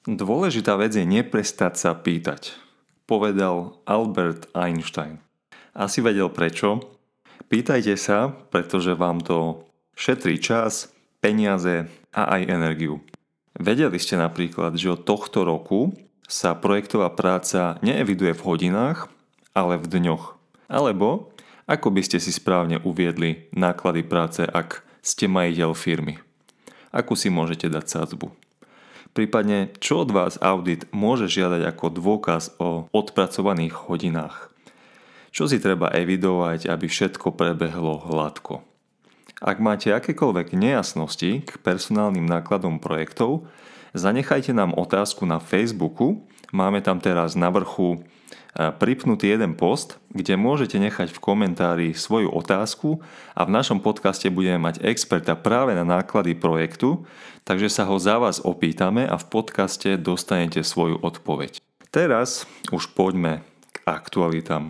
Dôležitá vec je neprestať sa pýtať, povedal Albert Einstein. Asi vedel prečo. Pýtajte sa, pretože vám to šetrí čas, peniaze a aj energiu. Vedeli ste napríklad, že od tohto roku sa projektová práca neeviduje v hodinách, ale v dňoch. Alebo ako by ste si správne uviedli náklady práce, ak ste majiteľ firmy? Akú si môžete dať sadzbu? Prípadne, čo od vás audit môže žiadať ako dôkaz o odpracovaných hodinách? Čo si treba evidovať, aby všetko prebehlo hladko? Ak máte akékoľvek nejasnosti k personálnym nákladom projektov, zanechajte nám otázku na Facebooku. Máme tam teraz na vrchu pripnutý jeden post, kde môžete nechať v komentári svoju otázku a v našom podcaste budeme mať experta práve na náklady projektu, takže sa ho za vás opýtame a v podcaste dostanete svoju odpoveď. Teraz už poďme k aktualitám.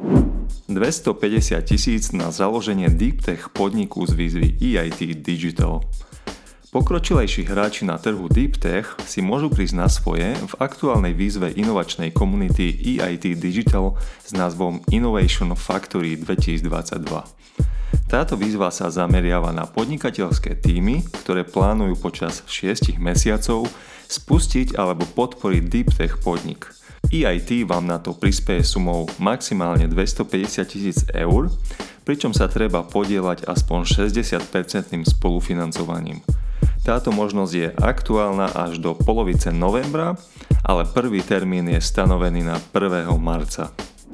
250 000 na založenie Deep Tech podniku z výzvy EIT Digital. Pokročilejší hráči na trhu Deep Tech si môžu prísť na svoje v aktuálnej výzve inovačnej komunity EIT Digital s názvom Innovation Factory 2022. Táto výzva sa zameriava na podnikateľské tímy, ktoré plánujú počas 6 mesiacov spustiť alebo podporiť Deep Tech podnik. EIT vám na to prispieje sumou maximálne 250 000 eur, pričom sa treba podieľať aspoň 60% spolufinancovaním. Táto možnosť je aktuálna až do polovice novembra, ale prvý termín je stanovený na 1. marca.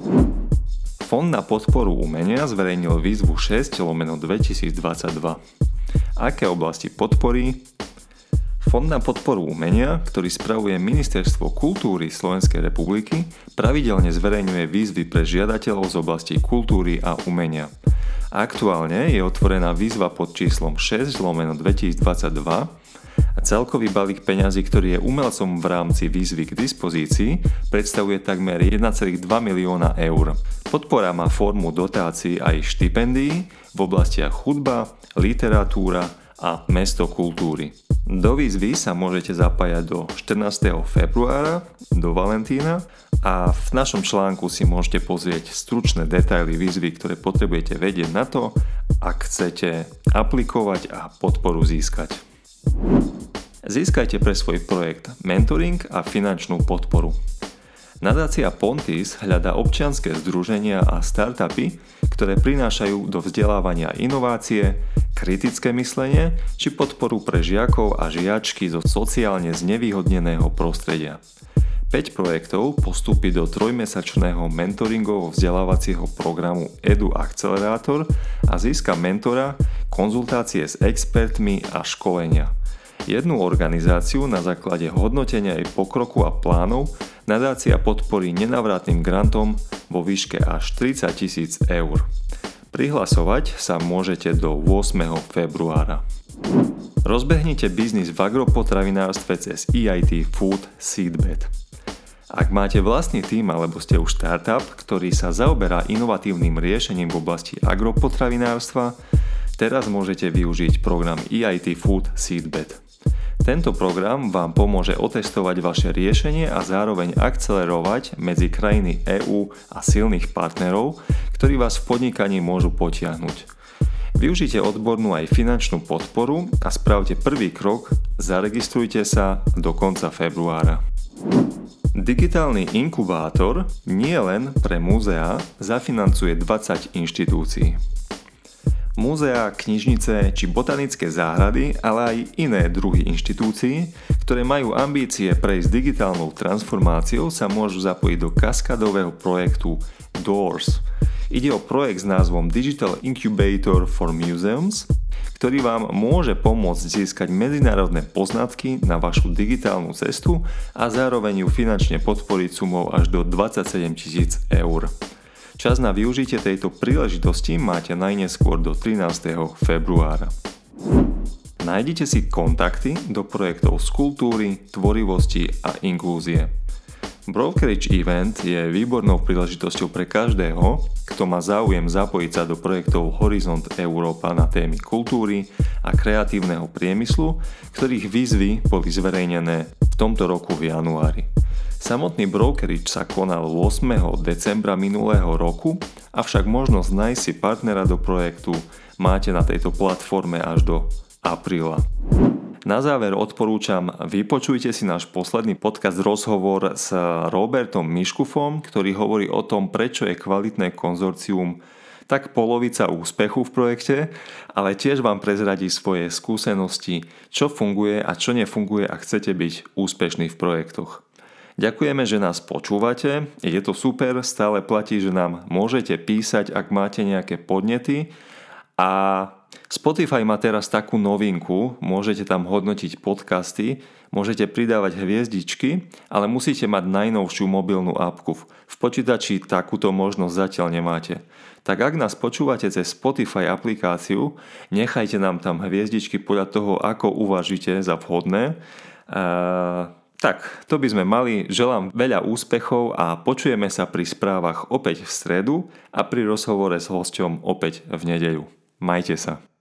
Fond na podporu umenia zverejnil výzvu 6/2022. Aké oblasti podpory? Fond na podporu umenia, ktorý spravuje Ministerstvo kultúry Slovenskej republiky, pravidelne zverejňuje výzvy pre žiadateľov z oblasti kultúry a umenia. Aktuálne je otvorená výzva pod číslom 6/2022 a celkový balík peňazí, ktorý je umelcom v rámci výzvy k dispozícii, predstavuje takmer 1,2 milióna eur. Podpora má formu dotácií aj štipendií v oblastiach hudba, literatúra a mesto kultúry. Do výzvy sa môžete zapájať do 14. februára, do Valentína, a v našom článku si môžete pozrieť stručné detaily výzvy, ktoré potrebujete vedieť na to, ak chcete aplikovať a podporu získať. Získajte pre svoj projekt mentoring a finančnú podporu. Nadácia Pontis hľadá občianske združenia a startupy, ktoré prinášajú do vzdelávania inovácie, kritické myslenie či podporu pre žiakov a žiačky zo sociálne znevýhodneného prostredia. 5 projektov postúpi do 3-mesačného mentoringového vzdelávacieho programu Edu Accelerator a získa mentora, konzultácie s expertmi a školenia. Jednu organizáciu na základe hodnotenia jej pokroku a plánov nadácia podporí nenávratným grantom vo výške až 30 000 eur. Prihlasovať sa môžete do 8. februára. Rozbehnite biznis v agropotravinárstve cez EIT Food Seedbed. Ak máte vlastný tím alebo ste už startup, ktorý sa zaoberá inovatívnym riešením v oblasti agropotravinárstva, teraz môžete využiť program EIT Food Seedbed. Tento program vám pomôže otestovať vaše riešenie a zároveň akcelerovať medzi krajiny EÚ a silných partnerov, ktorí vás v podnikaní môžu potiahnuť. Využite odbornú aj finančnú podporu a spravte prvý krok, zaregistrujte sa do konca februára. Digitálny inkubátor nie len pre múzeá zafinancuje 20 inštitúcií. Múzeá, knižnice či botanické záhrady, ale aj iné druhy inštitúcií, ktoré majú ambície prejsť digitálnou transformáciou, sa môžu zapojiť do kaskadového projektu DOORS. Ide o projekt s názvom Digital Incubator for Museums, ktorý vám môže pomôcť získať medzinárodné poznatky na vašu digitálnu cestu a zároveň ju finančne podporiť sumou až do 27 000 eur. Čas na využitie tejto príležitosti máte najneskôr do 13. februára. Nájdite si kontakty do projektov z kultúry, tvorivosti a inklúzie. Brokerage Event je výbornou príležitosťou pre každého, kto má záujem zapojiť sa do projektov Horizont Európa na témy kultúry a kreatívneho priemyslu, ktorých výzvy boli zverejnené v tomto roku v januári. Samotný brokerage sa konal 8. decembra minulého roku, avšak možnosť nájsť si partnera do projektu máte na tejto platforme až do apríla. Na záver odporúčam, vypočujte si náš posledný podcast rozhovor s Robertom Miškufom, ktorý hovorí o tom, prečo je kvalitné konzorcium tak polovica úspechu v projekte, ale tiež vám prezradí svoje skúsenosti, čo funguje a čo nefunguje, ak chcete byť úspešní v projektoch. Ďakujeme, že nás počúvate, je to super, stále platí, že nám môžete písať, ak máte nejaké podnety a Spotify má teraz takú novinku, môžete tam hodnotiť podcasty, môžete pridávať hviezdičky, ale musíte mať najnovšiu mobilnú appku. V počítači takúto možnosť zatiaľ nemáte. Tak ak nás počúvate cez Spotify aplikáciu, nechajte nám tam hviezdičky podľa toho, ako uvažíte za vhodné. Tak, to by sme mali. Želám veľa úspechov a počujeme sa pri správach opäť v stredu a pri rozhovore s hosťom opäť v nedeľu. Majte sa.